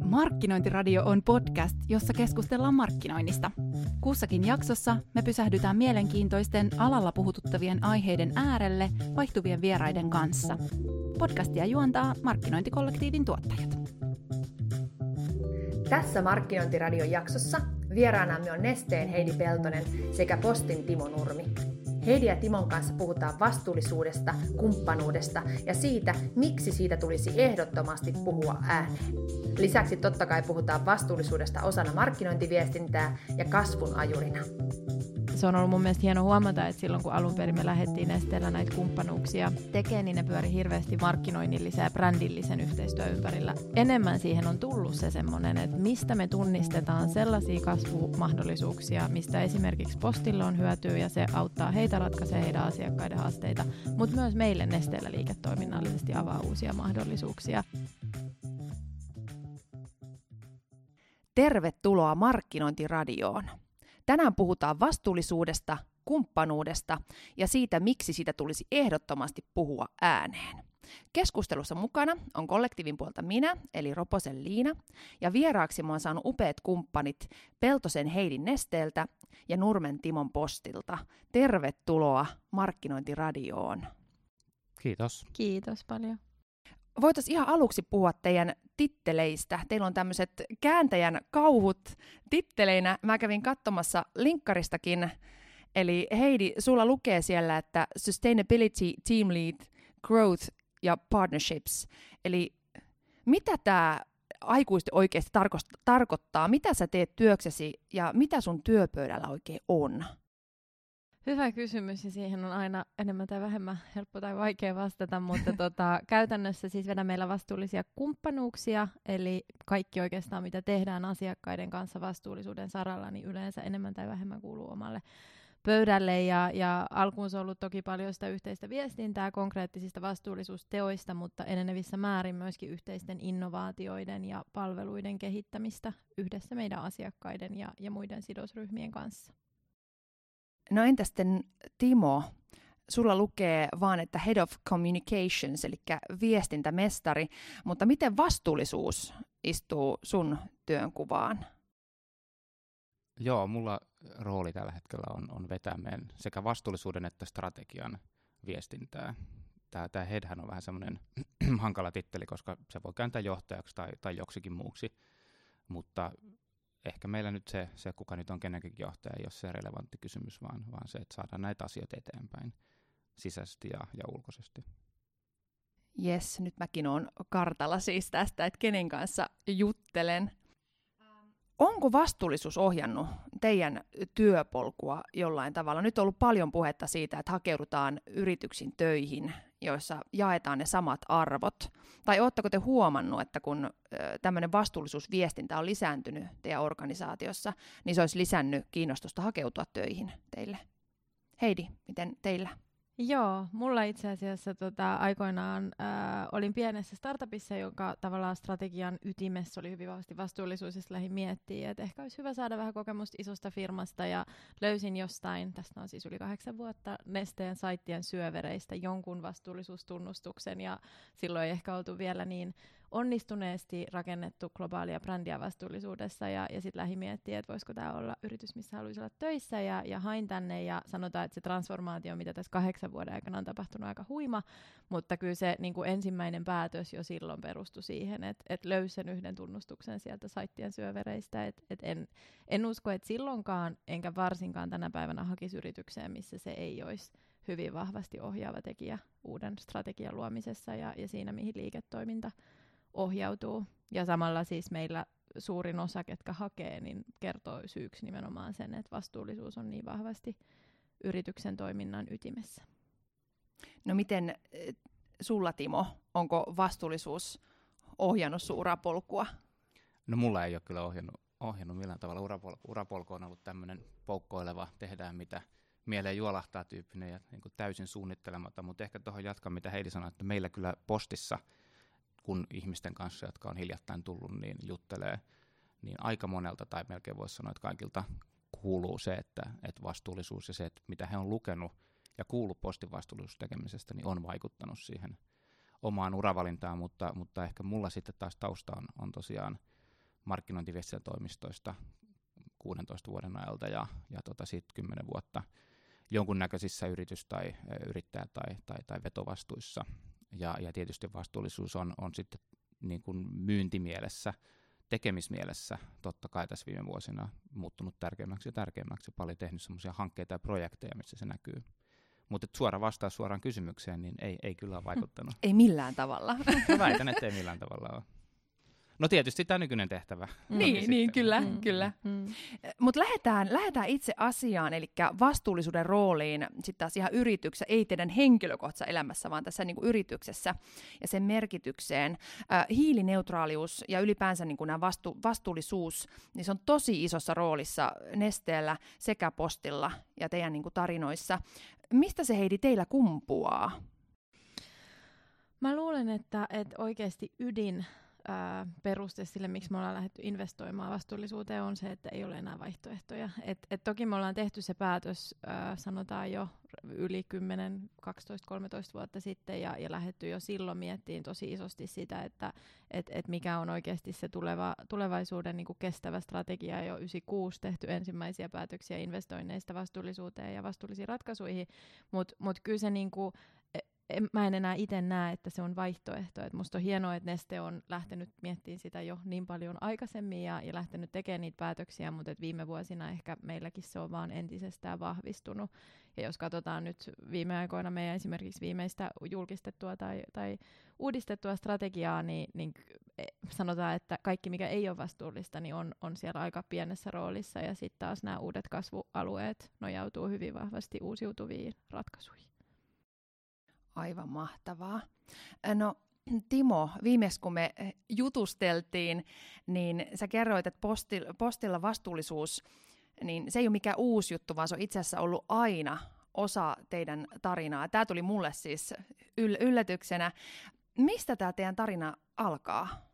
Markkinointiradio on podcast, jossa keskustellaan markkinoinnista. Kussakin jaksossa me pysähdytään mielenkiintoisten alalla puhututtavien aiheiden äärelle vaihtuvien vieraiden kanssa. Podcastia juontaa Markkinointikollektiivin tuottajat. Tässä Markkinointiradion jaksossa vieraanamme on Nesteen Heidi Peltonen sekä Postin Timo Nurmi. Heidi ja Timon kanssa puhutaan vastuullisuudesta, kumppanuudesta ja siitä, miksi siitä tulisi ehdottomasti puhua ääneen. Lisäksi totta kai puhutaan vastuullisuudesta osana markkinointiviestintää ja kasvun ajurina. Se on ollut mun mielestä hieno huomata, että silloin kun alun perin me lähdettiin Nesteellä näitä kumppanuuksia tekemään, niin ne pyöri hirveästi markkinoinnillisen ja brändillisen yhteistyön ympärillä. Enemmän siihen on tullut se semmoinen, että mistä me tunnistetaan sellaisia kasvumahdollisuuksia, mistä esimerkiksi Postille on hyötyä ja se auttaa heitä ratkaisemaan heidän asiakkaiden haasteita, mutta myös meille Nesteellä liiketoiminnallisesti avaa uusia mahdollisuuksia. Tervetuloa Markkinointiradioon. Tänään puhutaan vastuullisuudesta, kumppanuudesta ja siitä, miksi siitä tulisi ehdottomasti puhua ääneen. Keskustelussa mukana on kollektiivin puolta minä, eli Roposen Liina, ja vieraaksi mä oon saanut upeat kumppanit Peltosen Heidin Nesteeltä ja Nurmen Timon Postilta. Tervetuloa Markkinointiradioon. Kiitos. Kiitos paljon. Voitaisiin ihan aluksi puhua teidän titteleistä. Teillä on tämmöiset kääntäjän kauhut titteleinä. Mä kävin katsomassa linkkaristakin. Eli Heidi, sulla lukee siellä, että Sustainability, Team Lead, Growth ja Partnerships. Eli mitä tämä aikuisesti oikeasti tarkoittaa? Mitä sä teet työksesi ja mitä sun työpöydällä oikein on? Hyvä kysymys ja siihen on aina enemmän tai vähemmän helppo tai vaikea vastata, mutta käytännössä siis vedän meillä vastuullisia kumppanuuksia, eli kaikki oikeastaan mitä tehdään asiakkaiden kanssa vastuullisuuden saralla, niin yleensä enemmän tai vähemmän kuuluu omalle pöydälle ja alkuun se on ollut toki paljon sitä yhteistä viestintää konkreettisista vastuullisuusteoista, mutta enenevissä määrin myöskin yhteisten innovaatioiden ja palveluiden kehittämistä yhdessä meidän asiakkaiden ja muiden sidosryhmien kanssa. No entäs sitten Timo, sulla lukee vaan, että Head of Communications, eli viestintämestari, mutta miten vastuullisuus istuu sun työnkuvaan? Joo, mulla rooli tällä hetkellä on vetää meidän sekä vastuullisuuden että strategian viestintää. Tämä Headhän on vähän semmoinen hankala titteli, koska se voi kääntää johtajaksi tai joksikin muuksi, mutta ehkä meillä nyt se, kuka nyt on kenenkin johtaja, ei ole se relevantti kysymys, vaan se, että saadaan näitä asioita eteenpäin sisäisesti ja ulkoisesti. Jes, nyt mäkin olen kartalla siis tästä, että kenen kanssa juttelen. Onko vastuullisuus ohjannut teidän työpolkua jollain tavalla? Nyt on ollut paljon puhetta siitä, että hakeudutaan yrityksiin töihin, joissa jaetaan ne samat arvot. Tai ootteko te huomannut, että kun tämmöinen vastuullisuusviestintä on lisääntynyt teidän organisaatiossa, niin se olisi lisännyt kiinnostusta hakeutua töihin teille? Heidi, miten teillä? Joo, mulla itse asiassa aikoinaan olin pienessä startupissa, jonka tavallaan strategian ytimessä oli hyvin vahvasti vastuullisuus, ja lähdin miettimään, että ehkä olisi hyvä saada vähän kokemusta isosta firmasta, ja löysin jostain, tästä on siis yli 8 vuotta, Nesteen saittien syövereistä jonkun vastuullisuustunnustuksen, ja silloin ei ehkä oltu vielä niin onnistuneesti rakennettu globaalia brändiä vastuullisuudessa, ja sitten lähdin miettimään, että voisiko tämä olla yritys, missä haluaisi olla töissä, ja hain tänne, ja sanotaan, että se transformaatio, mitä tässä 8 vuoden aikana on tapahtunut, aika huima, mutta kyllä se niin kuin ensimmäinen päätös jo silloin perustui siihen, että löysi sen yhden tunnustuksen sieltä saittien syövereistä, että en usko, että silloinkaan, enkä varsinkaan tänä päivänä hakisi yritykseen, missä se ei olisi hyvin vahvasti ohjaava tekijä uuden strategian luomisessa ja siinä, mihin liiketoiminta ohjautuu. Ja samalla siis meillä suurin osa, ketkä hakee, niin kertoo syyksi nimenomaan sen, että vastuullisuus on niin vahvasti yrityksen toiminnan ytimessä. No miten sulla, Timo, onko vastuullisuus ohjannut sun urapolkua? No mulla ei ole kyllä ohjannut millään tavalla. Urapolku on ollut tämmöinen poukkoileva, tehdään mitä mieleen juolahtaa tyyppinen ja niin kuin täysin suunnittelematta, mutta ehkä tuohon jatkan, mitä Heidi sanoi, että meillä kyllä Postissa, kun ihmisten kanssa, jotka on hiljattain tullut, niin juttelee, niin aika monelta tai melkein voisi sanoa, että kaikilta kuuluu se, että vastuullisuus ja se, että mitä he on lukenut ja kuullut Postin vastuullisuustekemisestä, niin on vaikuttanut siihen omaan uravalintaan, mutta ehkä mulla sitten taas tausta on tosiaan markkinointiviestintätoimistoista 16 vuoden ajalta ja sitten 10 vuotta jonkunnäköisissä tai vetovastuissa. Ja tietysti vastuullisuus on sitten niin kuin myyntimielessä, tekemismielessä totta kai tässä viime vuosina muuttunut tärkeämmäksi ja tärkeämmäksi. Paljon tehnyt semmoisia hankkeita ja projekteja, missä se näkyy. Mutta suora vastaus suoraan kysymykseen, niin ei kyllä ole vaikuttanut. Ei millään tavalla. Mä väitän, että ei millään tavalla ole. No tietysti tämä nykyinen tehtävä. Niin, kyllä. Mutta lähdetään itse asiaan, eli vastuullisuuden rooliin sitten taas ihan yrityksessä, ei teidän henkilökohtaisessa elämässä, vaan tässä niinku yrityksessä ja sen merkitykseen. Hiilineutraalius ja ylipäänsä niinku nämä vastuullisuus, niin se on tosi isossa roolissa Nesteellä sekä Postilla ja teidän niinku tarinoissa. Mistä se, Heidi, teillä kumpuaa? Mä luulen, että oikeasti peruste sille, miksi me ollaan lähdetty investoimaan vastuullisuuteen, on se, että ei ole enää vaihtoehtoja. Et toki me ollaan tehty se päätös, sanotaan jo yli 10, 12, 13 vuotta sitten, ja lähdetty jo silloin miettimään tosi isosti sitä, että mikä on oikeasti se tulevaisuuden niin kuin kestävä strategia. Jo 96 tehty ensimmäisiä päätöksiä investoinneista vastuullisuuteen ja vastuullisiin ratkaisuihin, mutta kyllä se niin kuin, mä en enää itse näe, että se on vaihtoehto. Et musta on hienoa, että Neste on lähtenyt miettimään sitä jo niin paljon aikaisemmin ja lähtenyt tekemään niitä päätöksiä, mutta viime vuosina ehkä meilläkin se on vaan entisestään vahvistunut. Ja jos katsotaan nyt viime aikoina meidän esimerkiksi viimeistä julkistettua tai uudistettua strategiaa, niin sanotaan, että kaikki mikä ei ole vastuullista, niin on siellä aika pienessä roolissa. Ja sitten taas nämä uudet kasvualueet nojautuu hyvin vahvasti uusiutuviin ratkaisuihin. Aivan mahtavaa. No Timo, viimeksi kun me jutusteltiin, niin sä kerroit, että postilla vastuullisuus, niin se ei ole mikään uusi juttu, vaan se on itse asiassa ollut aina osa teidän tarinaa. Tämä tuli mulle siis yllätyksenä. Mistä tämä teidän tarina alkaa?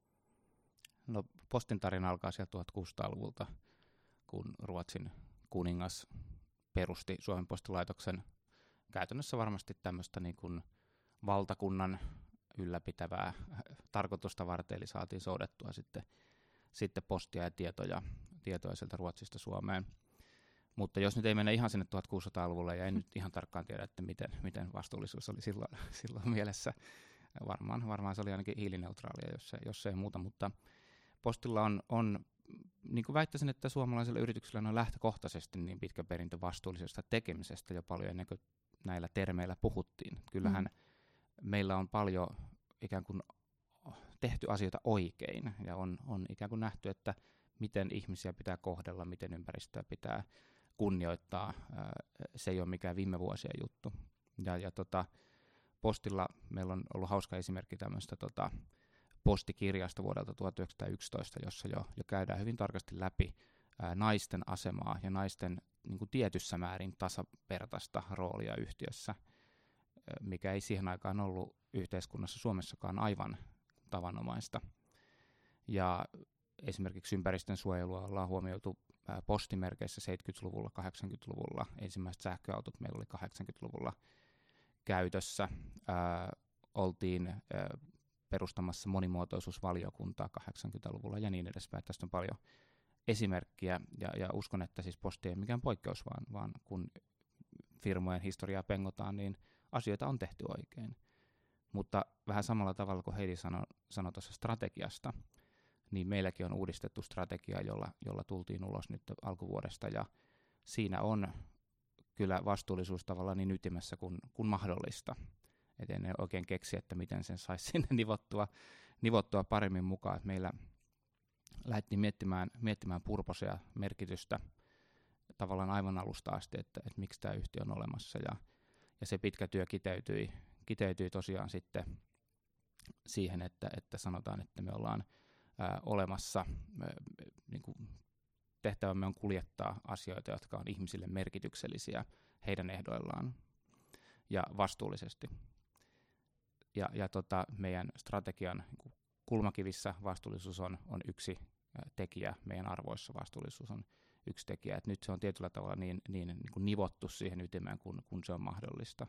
No Postin tarina alkaa sieltä 1600-luvulta, kun Ruotsin kuningas perusti Suomen postilaitoksen käytännössä varmasti tämmöistä niin kuin valtakunnan ylläpitävää tarkoitusta varten, eli saatiin soudettua sitten postia ja tietoja sieltä Ruotsista Suomeen. Mutta jos nyt ei mennä ihan sinne 1600-luvulle, ja en nyt ihan tarkkaan tiedä, että miten vastuullisuus oli silloin mielessä, varmaan se oli ainakin hiilineutraalia, jos ei muuta, mutta Postilla on niin kuin väittäisin, että suomalaisilla yrityksillä on lähtökohtaisesti niin pitkä perintö vastuullisesta tekemisestä jo paljon ennen kuin näillä termeillä puhuttiin. Kyllähän meillä on paljon ikään kuin tehty asioita oikein ja on ikään kuin nähty, että miten ihmisiä pitää kohdella, miten ympäristöä pitää kunnioittaa. Se ei ole mikään viime vuosien juttu. Postilla meillä on ollut hauska esimerkki tämmöistä postikirjasta vuodelta 1911, jossa jo käydään hyvin tarkasti läpi naisten asemaa ja naisten niin kuin tietyssä määrin tasavertaista roolia yhtiössä, mikä ei siihen aikaan ollut yhteiskunnassa Suomessakaan aivan tavanomaista. Ja esimerkiksi ympäristön suojelua ollaan huomioitu postimerkeissä 70-luvulla, 80-luvulla. Ensimmäiset sähköautot meillä oli 80-luvulla käytössä. Oltiin perustamassa monimuotoisuusvaliokuntaa 80-luvulla ja niin edespäin. Tästä on paljon esimerkkiä ja uskon, että siis Posti ei mikään poikkeus, vaan kun firmojen historiaa pengotaan, niin asioita on tehty oikein. Mutta vähän samalla tavalla kuin Heidi sanoi tuossa strategiasta, niin meilläkin on uudistettu strategia, jolla tultiin ulos nyt alkuvuodesta, ja siinä on kyllä vastuullisuus tavallaan niin ytimessä kuin mahdollista. Et en oikein keksi, että miten sen saisi sinne nivottua paremmin mukaan. Et meillä lähdettiin miettimään purposia merkitystä tavallaan aivan alusta asti, että miksi tämä yhtiö on olemassa. Ja se pitkä työ kiteytyi tosiaan sitten siihen, että sanotaan, että me ollaan olemassa, niin kuin tehtävämme on kuljettaa asioita, jotka on ihmisille merkityksellisiä heidän ehdoillaan ja vastuullisesti. Ja meidän strategian kulmakivissä vastuullisuus on yksi tekijä, meidän arvoissa vastuullisuus on yksi tekijä. Et nyt se on tietyllä tavalla niin kuin nivottu siihen ytimeen, kun se on mahdollista.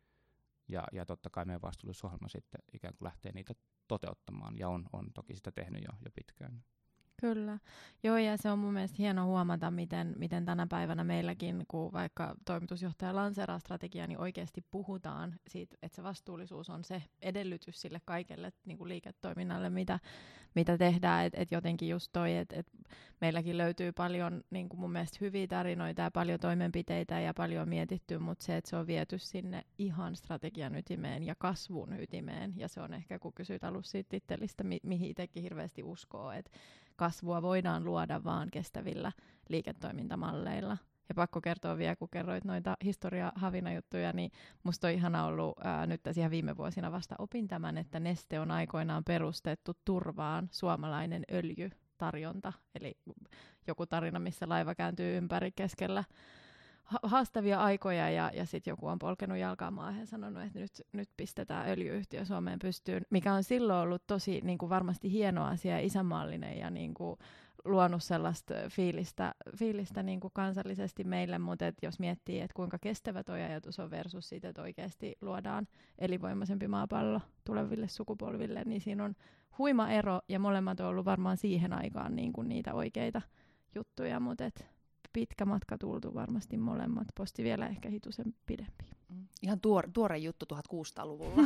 Ja totta kai meidän vastuullisuusohjelma sitten ikään kuin lähtee niitä toteuttamaan, ja on toki sitä tehnyt jo pitkään. Kyllä. Joo, ja se on mun mielestä hieno huomata, miten tänä päivänä meilläkin, kun vaikka toimitusjohtaja lanseeraa strategiaa, niin oikeasti puhutaan siitä, että se vastuullisuus on se edellytys sille kaikelle niin kuin liiketoiminnalle, mitä tehdään. Et jotenkin just toi, että meilläkin löytyy paljon niin kuin mun mielestä hyviä tarinoita ja paljon toimenpiteitä ja paljon mietitty, mutta se, että se on viety sinne ihan strategian ytimeen ja kasvun ytimeen, ja se on ehkä, kun kysyt alussa siitä tittelistä, mihin itsekin hirveästi uskoo, että kasvua voidaan luoda vaan kestävillä liiketoimintamalleilla. Ja pakko kertoa vielä, kun kerroit noita historia-havinajuttuja, niin musta on ihana ollut nyt tässä ihan viime vuosina vasta opin tämän, että Neste on aikoinaan perustettu turvaan suomalainen öljytarjonta. Eli joku tarina, missä laiva kääntyy ympäri keskellä haastavia aikoja, ja sitten joku on polkenut jalkaa maahan ja sanonut, että nyt pistetään öljy-yhtiö Suomeen pystyyn, mikä on silloin ollut tosi niin kuin varmasti hieno asia ja isänmaallinen ja niin kuin luonut sellaista fiilistä niin kuin kansallisesti meille, mutta jos miettii, että kuinka kestävä tuo ajatus on versus siitä, että oikeasti luodaan elinvoimaisempi maapallo tuleville sukupolville, niin siinä on huima ero, ja molemmat on ollut varmaan siihen aikaan niin kuin niitä oikeita juttuja, mutta pitkä matka tultu varmasti molemmat. Posti vielä ehkä hitusen pidempi. Ihan tuore juttu 1600-luvulla.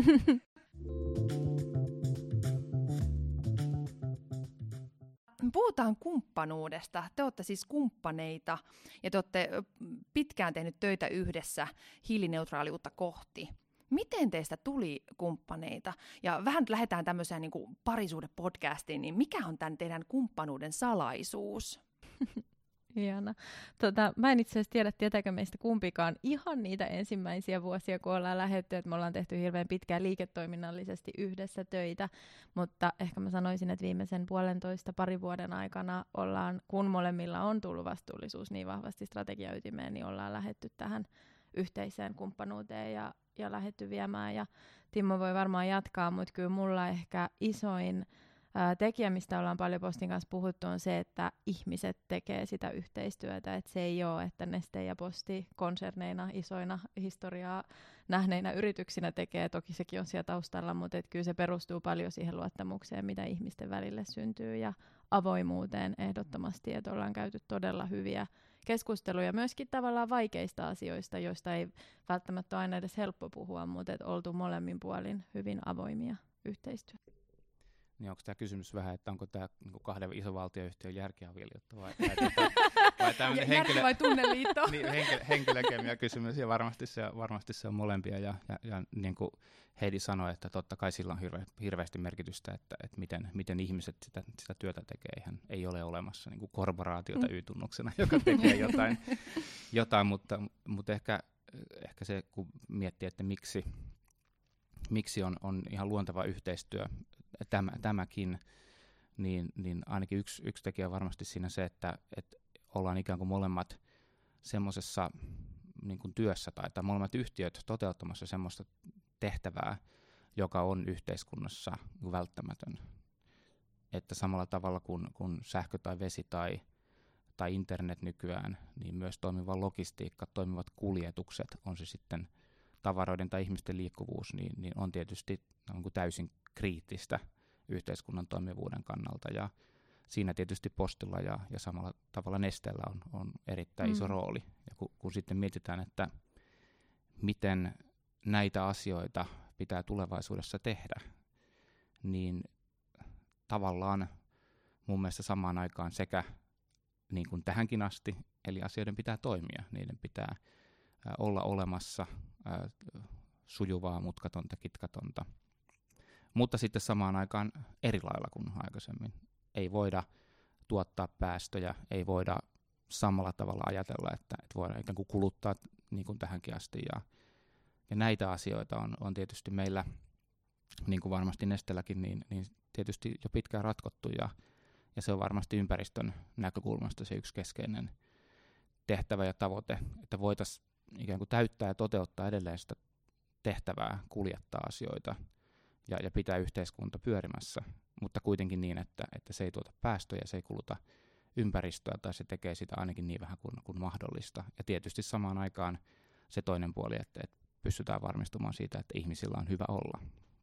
Puhutaan kumppanuudesta. Te olette siis kumppaneita ja te olette pitkään tehnyt töitä yhdessä hiilineutraaliutta kohti. Miten teistä tuli kumppaneita? Ja vähän lähdetään tämmöiseen niin kuin parisuhdepodcastiin, niin mikä on tämän teidän kumppanuuden salaisuus? Ihana. Mä en itse asiassa tiedä, tietääkö meistä kumpikaan ihan niitä ensimmäisiä vuosia, kun ollaan lähdetty, että me ollaan tehty hirveän pitkään liiketoiminnallisesti yhdessä töitä, mutta ehkä mä sanoisin, että viimeisen pari vuoden aikana kun molemmilla on tullut vastuullisuus niin vahvasti strategiaytimeen, niin ollaan lähdetty tähän yhteiseen kumppanuuteen ja lähdetty viemään, ja Timo voi varmaan jatkaa, mutta kyllä mulla ehkä isoin tekijä, mistä ollaan paljon Postin kanssa puhuttu, on se, että ihmiset tekee sitä yhteistyötä, että se ei ole, että Neste ja Posti konserneina, isoina historiaa nähneinä yrityksinä tekee, toki sekin on siellä taustalla, mutta kyllä se perustuu paljon siihen luottamukseen, mitä ihmisten välille syntyy, ja avoimuuteen ehdottomasti, että ollaan käyty todella hyviä keskusteluja myöskin tavallaan vaikeista asioista, joista ei välttämättä ole aina edes helppo puhua, mutta oltu molemmin puolin hyvin avoimia yhteistyötä. Niin onko tämä kysymys vähän, että onko tämä niin kahden isovaltioyhtiön järkiavioliitto vai järki vai tunneliitto? Niin, henkilökemia kysymys, ja varmasti se on molempia, ja niin kuin Heidi sanoi, että totta kai sillä on hirveästi merkitystä, että miten ihmiset sitä työtä tekee. Ei ole olemassa niin kuin korporaatiota Y-tunnuksena, joka tekee jotain, mutta ehkä se, kun miettii, että miksi on ihan luonteva yhteistyö, tämäkin, niin ainakin yksi tekijä on varmasti siinä se, että ollaan ikään kuin molemmat semmoisessa niin kuin työssä tai molemmat yhtiöt toteuttamassa semmoista tehtävää, joka on yhteiskunnassa välttämätön. Että samalla tavalla kuin sähkö tai vesi tai internet nykyään, niin myös toimiva logistiikka, toimivat kuljetukset, on se sitten tavaroiden tai ihmisten liikkuvuus, niin on tietysti täysin kriittistä yhteiskunnan toimivuuden kannalta, ja siinä tietysti Postilla ja samalla tavalla Nesteellä on erittäin iso rooli. Ja kun sitten mietitään, että miten näitä asioita pitää tulevaisuudessa tehdä, niin tavallaan mun mielestä samaan aikaan sekä niin kuin tähänkin asti, eli asioiden pitää toimia, niiden pitää olla olemassa sujuvaa, mutkatonta, kitkatonta, mutta sitten samaan aikaan eri lailla kuin aikaisemmin. Ei voida tuottaa päästöjä, ei voida samalla tavalla ajatella, että voidaan ikään kuin kuluttaa niin kuin tähänkin asti. Ja näitä asioita on tietysti meillä, niin kuin varmasti Nestelläkin, niin tietysti jo pitkään ratkottu, ja se on varmasti ympäristön näkökulmasta se yksi keskeinen tehtävä ja tavoite, että voitaisiin ikään kuin täyttää ja toteuttaa edelleen sitä tehtävää, kuljettaa asioita ja pitää yhteiskunta pyörimässä, mutta kuitenkin niin, että se ei tuota päästöjä, se ei kuluta ympäristöä, tai se tekee sitä ainakin niin vähän kuin mahdollista. Ja tietysti samaan aikaan se toinen puoli, että pystytään varmistumaan siitä, että ihmisillä on hyvä olla,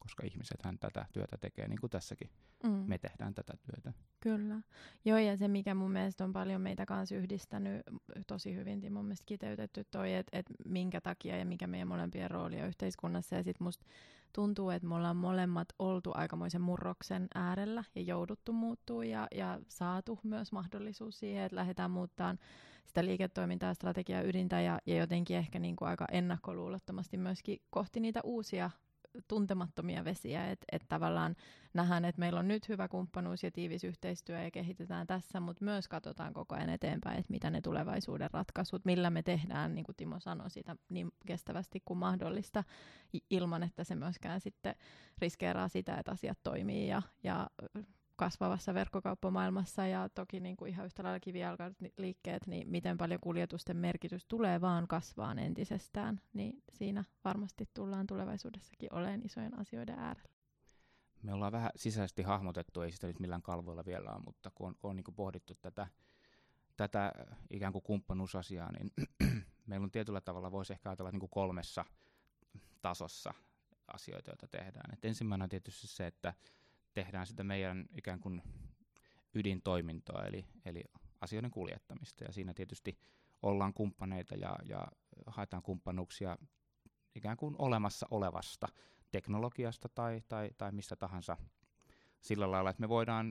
koska ihmisethän tätä työtä tekee, niin kuin tässäkin me tehdään tätä työtä. Kyllä. Joo, ja se mikä mun mielestä on paljon meitä kanssa yhdistänyt tosi hyvin, mun mielestä kiteytetty toi, että minkä takia ja mikä meidän molempien rooli on yhteiskunnassa, ja sit musta tuntuu, että me ollaan molemmat oltu aikamoisen murroksen äärellä ja jouduttu muuttua ja saatu myös mahdollisuus siihen, että lähdetään muuttamaan sitä liiketoimintaa, strategiaa, ydintä ja jotenkin ehkä niin kuin aika ennakkoluulottomasti myöskin kohti niitä uusia tuntemattomia vesiä, että tavallaan nähdään, että meillä on nyt hyvä kumppanuus ja tiivis yhteistyö ja kehitetään tässä, mutta myös katsotaan koko ajan eteenpäin, että mitä ne tulevaisuuden ratkaisut, millä me tehdään, niin kuin Timo sanoi, sitä niin kestävästi kuin mahdollista, ilman että se myöskään sitten riskeeraa sitä, että asiat toimii ja kasvavassa verkkokauppamaailmassa ja toki niin kuin ihan yhtä lailla kivijalkaliikkeet, niin miten paljon kuljetusten merkitys tulee vaan kasvaan entisestään, niin siinä varmasti tullaan tulevaisuudessakin olemaan isojen asioiden äärellä. Me ollaan vähän sisäisesti hahmotettu, ei sitä nyt millään kalvoilla vielä ole, mutta kun on niin kuin pohdittu tätä ikään kuin kumppanuusasiaa, niin meillä on tietyllä tavalla, voisi ehkä ajatella niin kuin 3 tasossa asioita, joita tehdään. Et ensimmäinen on tietysti se, että tehdään sitä meidän ikään kuin ydintoimintoa, eli asioiden kuljettamista. Ja siinä tietysti ollaan kumppaneita ja haetaan kumppanuuksia ikään kuin olemassa olevasta teknologiasta tai mistä tahansa sillä lailla, että me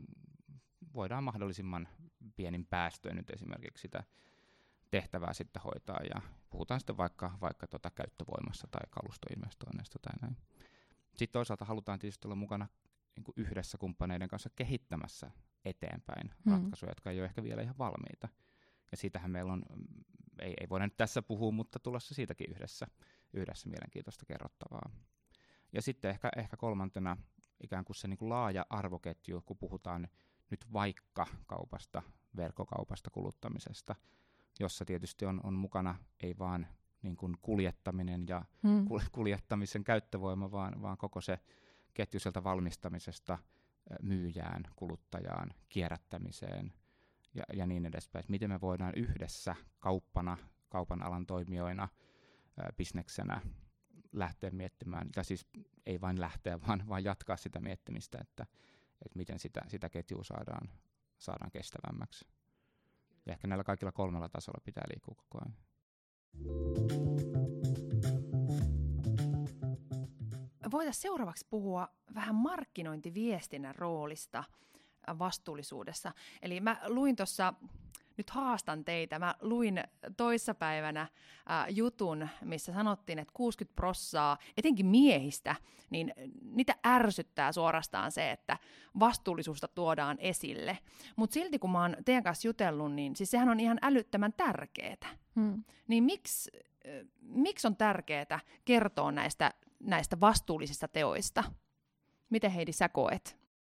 voidaan mahdollisimman pienin päästöin nyt esimerkiksi sitä tehtävää sitten hoitaa. Ja puhutaan sitten vaikka käyttövoimasta tai kalustoinvestoinneista tai näin. Sitten toisaalta halutaan tietysti olla mukana niin kuin yhdessä kumppaneiden kanssa kehittämässä eteenpäin ratkaisuja, jotka ei ole ehkä vielä ihan valmiita. Ja siitähän meillä on, ei voida nyt tässä puhua, mutta tulossa siitäkin yhdessä mielenkiintoista kerrottavaa. Ja sitten ehkä 3. ikään kuin se niin kuin laaja arvoketju, kun puhutaan nyt vaikka kaupasta, verkkokaupasta, kuluttamisesta, jossa tietysti on mukana ei vaan niin kuin kuljettaminen ja kuljettamisen käyttövoima, vaan koko se ketju sieltä valmistamisesta myyjään, kuluttajaan, kierrättämiseen ja niin edespäin. Miten me voidaan yhdessä kaupan alan toimijoina, bisneksenä lähteä miettimään, tai siis ei vain lähteä, vaan jatkaa sitä miettimistä, että miten sitä ketjua saadaan kestävämmäksi. Ja ehkä näillä kaikilla 3 tasolla pitää liikkua koko ajan. Voitaisiin seuraavaksi puhua vähän markkinointiviestinnän roolista vastuullisuudessa. Eli mä luin tuossa, nyt haastan teitä, mä luin toissapäivänä jutun, missä sanottiin, että 60%, etenkin miehistä, niin niitä ärsyttää suorastaan se, että vastuullisuutta tuodaan esille. Mutta silti kun mä oon teidän kanssa jutellut, niin siis sehän on ihan älyttömän tärkeetä. Niin miksi on tärkeää kertoa näistä vastuullisista teoista? Miten Heidi sä koet?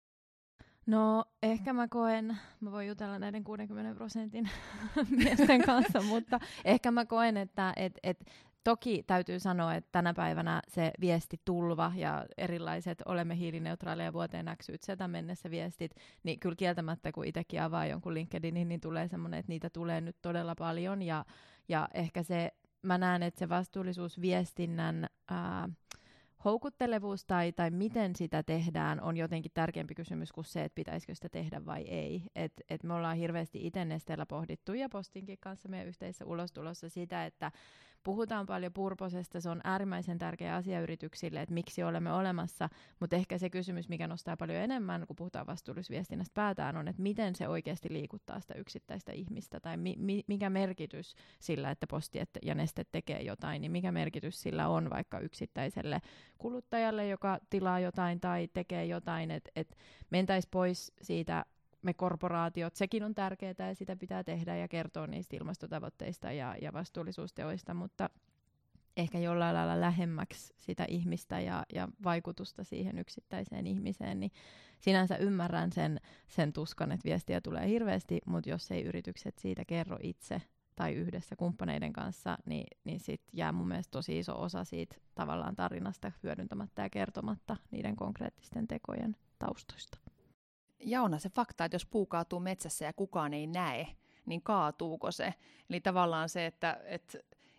No ehkä mä voin jutella näiden 60% miesten kanssa, mutta ehkä mä koen, että toki täytyy sanoa, että tänä päivänä se viestitulva ja erilaiset olemme hiilineutraaleja vuoteen XYZ mennessä viestit, niin kyllä kieltämättä kun itsekin avaa jonkun LinkedInin, niin tulee semmoinen, että niitä tulee nyt todella paljon ja ehkä mä näen, että se vastuullisuusviestinnän houkuttelevuus tai miten sitä tehdään on jotenkin tärkeämpi kysymys kuin se, että pitäisikö sitä tehdä vai ei. Et me ollaan hirveästi itse Nesteellä pohdittu ja Postinkin kanssa meidän yhteisessä ulostulossa sitä, että puhutaan paljon purposesta, se on äärimmäisen tärkeä asia yrityksille, että miksi olemme olemassa, mutta ehkä se kysymys, mikä nostaa paljon enemmän, kun puhutaan vastuullisuusviestinnästä päätään, on, että miten se oikeasti liikuttaa sitä yksittäistä ihmistä, tai mikä merkitys sillä, että Posti ja Neste tekee jotain, niin mikä merkitys sillä on vaikka yksittäiselle kuluttajalle, joka tilaa jotain tai tekee jotain, että mentäisiin pois siitä, me korporaatiot, sekin on tärkeää ja sitä pitää tehdä ja kertoa niistä ilmastotavoitteista ja vastuullisuusteoista, mutta ehkä jollain lailla lähemmäksi sitä ihmistä ja vaikutusta siihen yksittäiseen ihmiseen, niin sinänsä ymmärrän sen tuskan, että viestiä tulee hirveästi, mutta jos ei yritykset siitä kerro itse tai yhdessä kumppaneiden kanssa, niin sit jää mun mielestä tosi iso osa siitä tavallaan tarinasta hyödyntämättä ja kertomatta niiden konkreettisten tekojen taustoista. Ja onhan se fakta, että jos puu kaatuu metsässä ja kukaan ei näe, niin kaatuuko se? Eli tavallaan se, että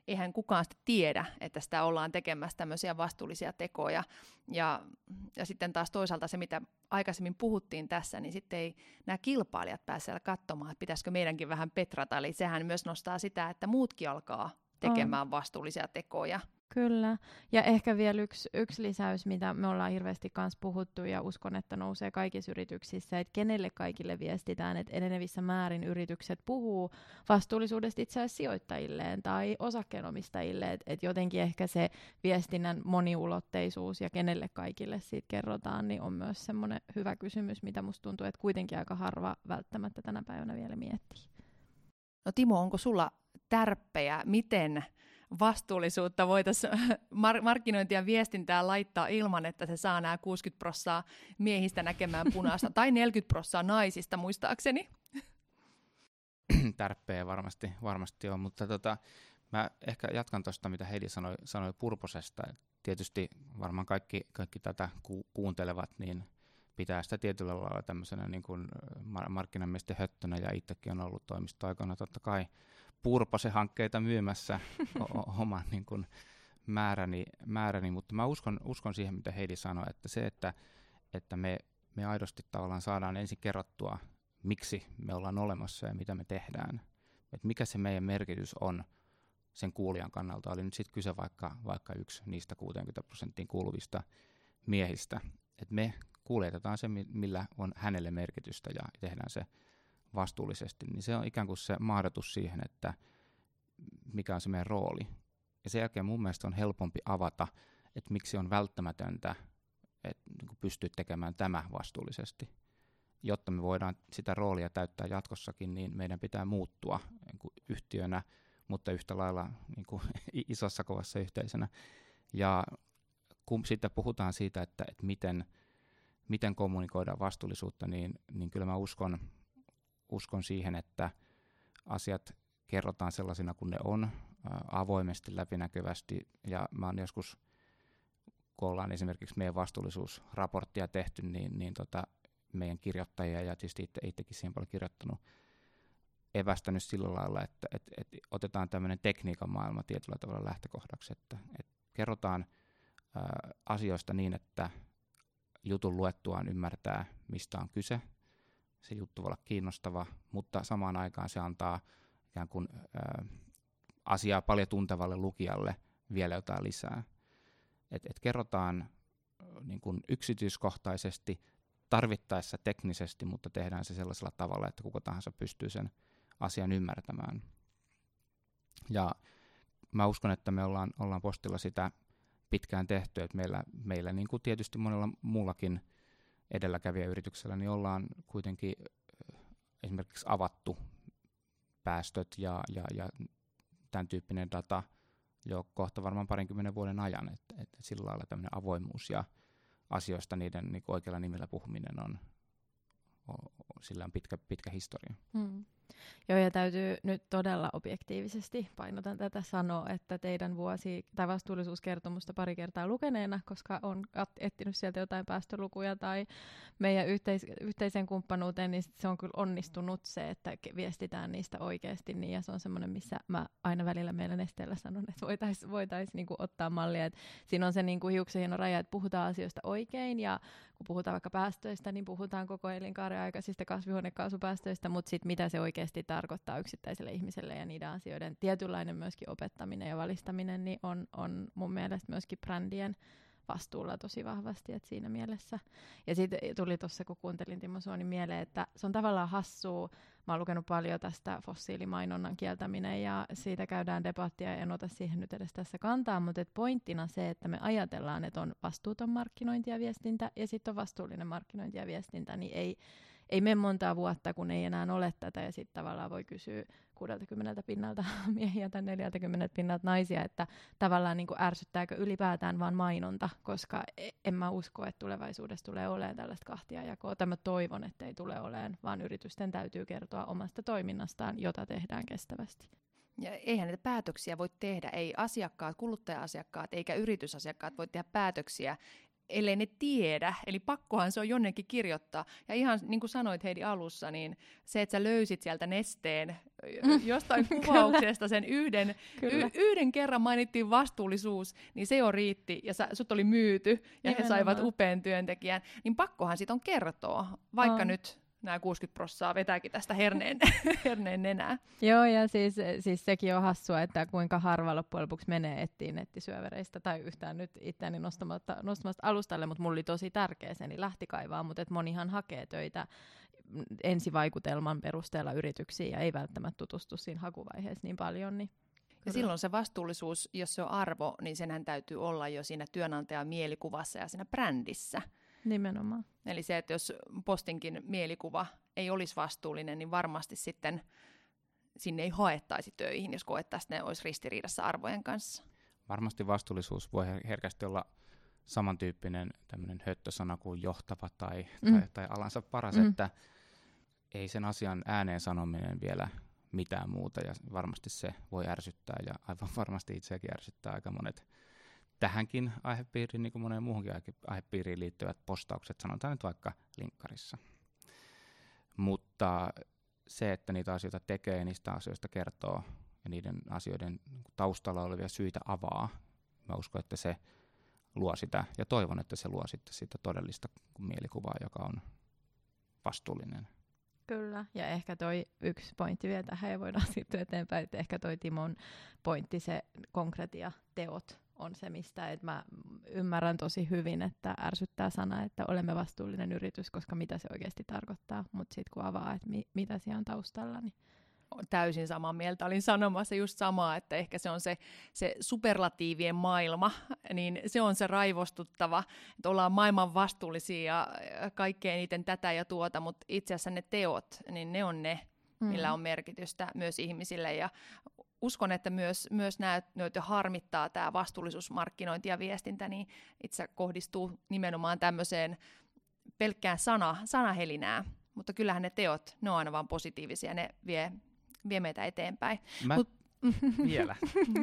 eihän kukaan sitä tiedä, että sitä ollaan tekemässä tämmöisiä vastuullisia tekoja. Ja sitten taas toisaalta se, mitä aikaisemmin puhuttiin tässä, niin sitten ei nämä kilpailijat pääse siellä katsomaan, että pitäisikö meidänkin vähän petrata. Eli sehän myös nostaa sitä, että muutkin alkaa tekemään vastuullisia tekoja. Kyllä. Ja ehkä vielä yksi lisäys, mitä me ollaan hirveästi kanssa puhuttu ja uskon, että nousee kaikissa yrityksissä, että kenelle kaikille viestitään, että enenevissä määrin yritykset puhuu vastuullisuudesta itse asiassa sijoittajilleen tai osakkeenomistajille, että jotenkin ehkä se viestinnän moniulotteisuus ja kenelle kaikille siitä kerrotaan, niin on myös semmoinen hyvä kysymys, mitä musta tuntuu, että kuitenkin aika harva välttämättä tänä päivänä vielä miettii. No Timo, onko sulla tärppejä, miten vastuullisuutta voitaisiin markkinointia ja viestintää laittaa ilman, että se saa nämä 60% miehistä näkemään punaista, tai 40% naisista muistaakseni? Tärppejä varmasti on, mutta mä ehkä jatkan tuosta, mitä Heidi sanoi Purposesta. Tietysti varmaan kaikki tätä kuuntelevat, niin pitää sitä tietyllä lailla tämmöisenä niin kuin markkinamiesten höttönä, ja itsekin on ollut toimistoaikana totta kai Purpose-hankkeita myymässä oman niin kuin määräni, mutta mä uskon siihen, mitä Heidi sanoi, että se, että me aidosti tavallaan saadaan ensin kerrottua, miksi me ollaan olemassa ja mitä me tehdään, että mikä se meidän merkitys on sen kuulijan kannalta, oli nyt sitten kyse vaikka yksi niistä 60% kuuluvista miehistä, että me kuljetetaan se, millä on hänelle merkitystä, ja tehdään se vastuullisesti, niin se on ikään kuin se mahdotus siihen, että mikä on se meidän rooli. Ja sen jälkeen mun mielestä on helpompi avata, että miksi on välttämätöntä, että pystyy tekemään tämä vastuullisesti. Jotta me voidaan sitä roolia täyttää jatkossakin, niin meidän pitää muuttua niin kuin yhtiönä, mutta yhtä lailla niin kuin isossa kovassa yhteisönä. Ja kun sitten puhutaan siitä, että miten kommunikoidaan vastuullisuutta, niin kyllä mä uskon siihen, että asiat kerrotaan sellaisina kuin ne on, avoimesti, läpinäkyvästi, ja mä oon joskus, kun ollaan esimerkiksi meidän vastuullisuusraporttia tehty, niin meidän kirjoittajia, ja tietysti itsekin siihen paljon kirjoittanut, evästänyt sillä lailla, että otetaan tämmöinen tekniikan maailma tietyllä tavalla lähtökohdaksi, että kerrotaan asioista niin, että jutun luettuaan ymmärtää, mistä on kyse. Se juttu voi olla kiinnostava, mutta samaan aikaan se antaa ikään kuin asiaa paljon tuntevalle lukijalle vielä jotain lisää. Et kerrotaan niin kuin yksityiskohtaisesti, tarvittaessa teknisesti, mutta tehdään se sellaisella tavalla, että kuka tahansa pystyy sen asian ymmärtämään. Ja mä uskon, että me ollaan Postilla sitä pitkään tehty, että meillä niin kuin tietysti monella muullakin edelläkävijäyrityksellä, niin ollaan kuitenkin esimerkiksi avattu päästöt ja tämän tyyppinen data jo kohta varmaan 20 vuoden ajan, että sillä lailla tämmöinen avoimuus ja asioista niiden niin oikealla nimellä puhuminen sillä on pitkä historia. Joo, ja täytyy nyt todella objektiivisesti, painotan tätä, sanoa, että teidän tai vastuullisuuskertomusta pari kertaa lukeneena, koska on etsinyt sieltä jotain päästölukuja tai meidän yhteiseen kumppanuuteen, niin se on kyllä onnistunut se, että viestitään niistä oikeasti, niin, ja se on semmoinen, missä mä aina välillä meillä Nesteellä sanon, että voitaisiin niinku ottaa mallia, että siinä on se niinku hiuksen hieno raja, että puhutaan asioista oikein, ja kun puhutaan vaikka päästöistä, niin puhutaan koko elinkaaren aikaisista kasvihuonekaasupäästöistä, mutta sitten mitä se oikeasti tarkoittaa yksittäiselle ihmiselle ja niiden asioiden tietynlainen myöskin opettaminen ja valistaminen, niin on mun mielestä myöskin brändien vastuulla tosi vahvasti, että siinä mielessä. Ja sitten tuli tuossa, kun kuuntelin Timo Suonin mieleen, että se on tavallaan hassua. Mä oon lukenut paljon tästä fossiilimainonnan kieltäminen ja siitä käydään debattia, en ota siihen nyt edes tässä kantaa, mutta pointtina se, että me ajatellaan, että on vastuuton markkinointi ja viestintä ja sitten on vastuullinen markkinointi ja viestintä, niin ei mene montaa vuotta, kun ei enää ole tätä, ja sitten tavallaan voi kysyä 60 pinnalta miehiä tai 40 pinnalta naisia, että tavallaan niin kuin ärsyttääkö ylipäätään vaan mainonta, koska en mä usko, että tulevaisuudessa tulee olemaan tällaista kahtiajakoa, tai mä toivon, että ei tule olemaan, vaan yritysten täytyy kertoa omasta toiminnastaan, jota tehdään kestävästi. Ja eihän niitä päätöksiä voi tehdä, ei asiakkaat, kuluttaja-asiakkaat eikä yritysasiakkaat voi tehdä päätöksiä ellei ne tiedä. Eli pakkohan se on jonnekin kirjoittaa. Ja ihan niin kuin sanoit Heidi alussa, niin se, että sä löysit sieltä Nesteen jostain kuvauksesta sen yhden kerran mainittiin vastuullisuus, niin se jo riitti ja sut oli myyty ja he saivat upean työntekijän. Niin pakkohan siitä on kertoa, vaikka nyt nämä 60% vetääkin tästä herneen nenää. Joo, ja siis sekin on hassua, että kuinka harva loppujen lopuksi menee etsiin nettisyövereistä tai yhtään nyt itseäni nostamasta alustalle, mutta mulla oli tosi tärkeä se, niin lähti kaivaa, mutta monihan hakee töitä ensivaikutelman perusteella yrityksiin ja ei välttämättä tutustu siinä hakuvaiheessa niin paljon. Niin ja silloin se vastuullisuus, jos se on arvo, niin senhän täytyy olla jo siinä työnantajan mielikuvassa ja siinä brändissä. Nimenomaan. Eli se, että jos Postinkin mielikuva ei olisi vastuullinen, niin varmasti sitten sinne ei haettaisi töihin, jos koettaisiin, että ne olisi ristiriidassa arvojen kanssa. Varmasti vastuullisuus voi herkästi olla samantyyppinen tämmöinen höttösana kuin johtava tai alansa paras, että ei sen asian ääneen sanominen vielä mitään muuta, ja varmasti se voi ärsyttää, ja aivan varmasti itseäkin ärsyttää aika monet tähänkin aihepiiriin, niin kuin moneen muuhunkin aihepiiriin liittyvät postaukset, sanotaan nyt vaikka linkkarissa. Mutta se, että niitä asioita tekee ja niistä asioista kertoo ja niiden asioiden taustalla olevia syitä avaa, mä uskon, että se luo sitä, ja toivon, että se luo sitten sitä todellista mielikuvaa, joka on vastuullinen. Kyllä, ja ehkä toi yksi pointti vielä tähän, ja voidaan siirtyä eteenpäin, että ehkä toi Timon pointti, se konkretia, teot, on se, mistä että mä ymmärrän tosi hyvin, että ärsyttää sana, että olemme vastuullinen yritys, koska mitä se oikeasti tarkoittaa, mutta sitten kun avaa, että mitä siellä on taustalla, niin täysin samaa mieltä. Olin sanomassa just samaa, että ehkä se on se superlatiivien maailma, niin se on se raivostuttava, että ollaan maailman vastuullisia ja kaikkein eniten tätä ja tuota, mutta itse asiassa ne teot, niin ne on ne, millä on merkitystä myös ihmisille, ja uskon, että myös joita harmittaa tämä vastuullisuusmarkkinointi ja viestintä, niin itse kohdistuu nimenomaan tämmöiseen pelkkään sanahelinää, mutta kyllähän ne teot, ne on aina vaan positiivisia, ne vie meitä eteenpäin. Vielä.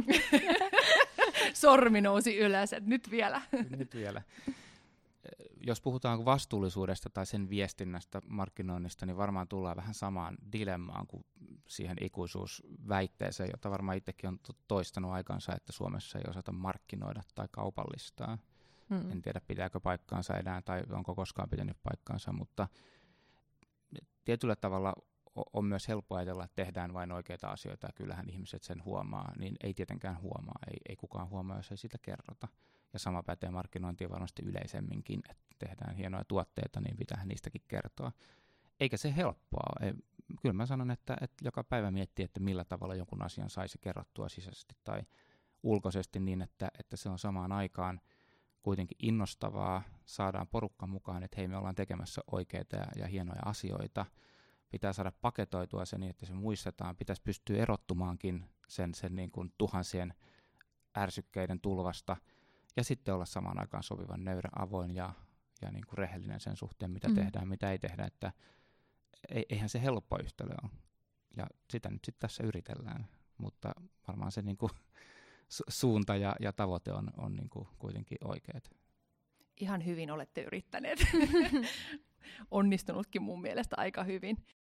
Sormi nousi ylös, että nyt vielä. Nyt vielä. Jos puhutaan vastuullisuudesta tai sen viestinnästä, markkinoinnista, niin varmaan tullaan vähän samaan dilemmaan kuin siihen ikuisuusväitteeseen, jota varmaan itsekin on toistanut aikansa, että Suomessa ei osata markkinoida tai kaupallistaa. En tiedä, pitääkö paikkaansa enää tai onko koskaan pitänyt paikkaansa, mutta tietyllä tavalla on myös helppo ajatella, että tehdään vain oikeita asioita ja kyllähän ihmiset sen huomaa, niin ei tietenkään huomaa, ei kukaan huomaa, jos ei sitä kerrota. Ja sama pätee markkinointiin varmasti yleisemminkin, että tehdään hienoja tuotteita, niin pitää niistäkin kertoa. Eikä se helppoa. Kyllä mä sanon, että joka päivä miettii, että millä tavalla jonkun asian saisi kerrottua sisäisesti tai ulkoisesti niin, että se on samaan aikaan kuitenkin innostavaa, saadaan porukka mukaan, että hei, me ollaan tekemässä oikeita ja hienoja asioita. Pitää saada paketoitua se niin, että se muistetaan. Pitäisi pystyä erottumaankin sen niin kuin tuhansien ärsykkeiden tulvasta ja sitten olla samaan aikaan sopivan nöyrä, avoin ja niin kuin rehellinen sen suhteen, mitä tehdään, mitä ei tehdä. Että eihän se helppo yhtälö ole. Ja sitä nyt sitten tässä yritellään, mutta varmaan se niin kuin suunta ja tavoite on niin kuin kuitenkin oikeat. Ihan hyvin olette yrittäneet. Onnistunutkin mun mielestä aika hyvin.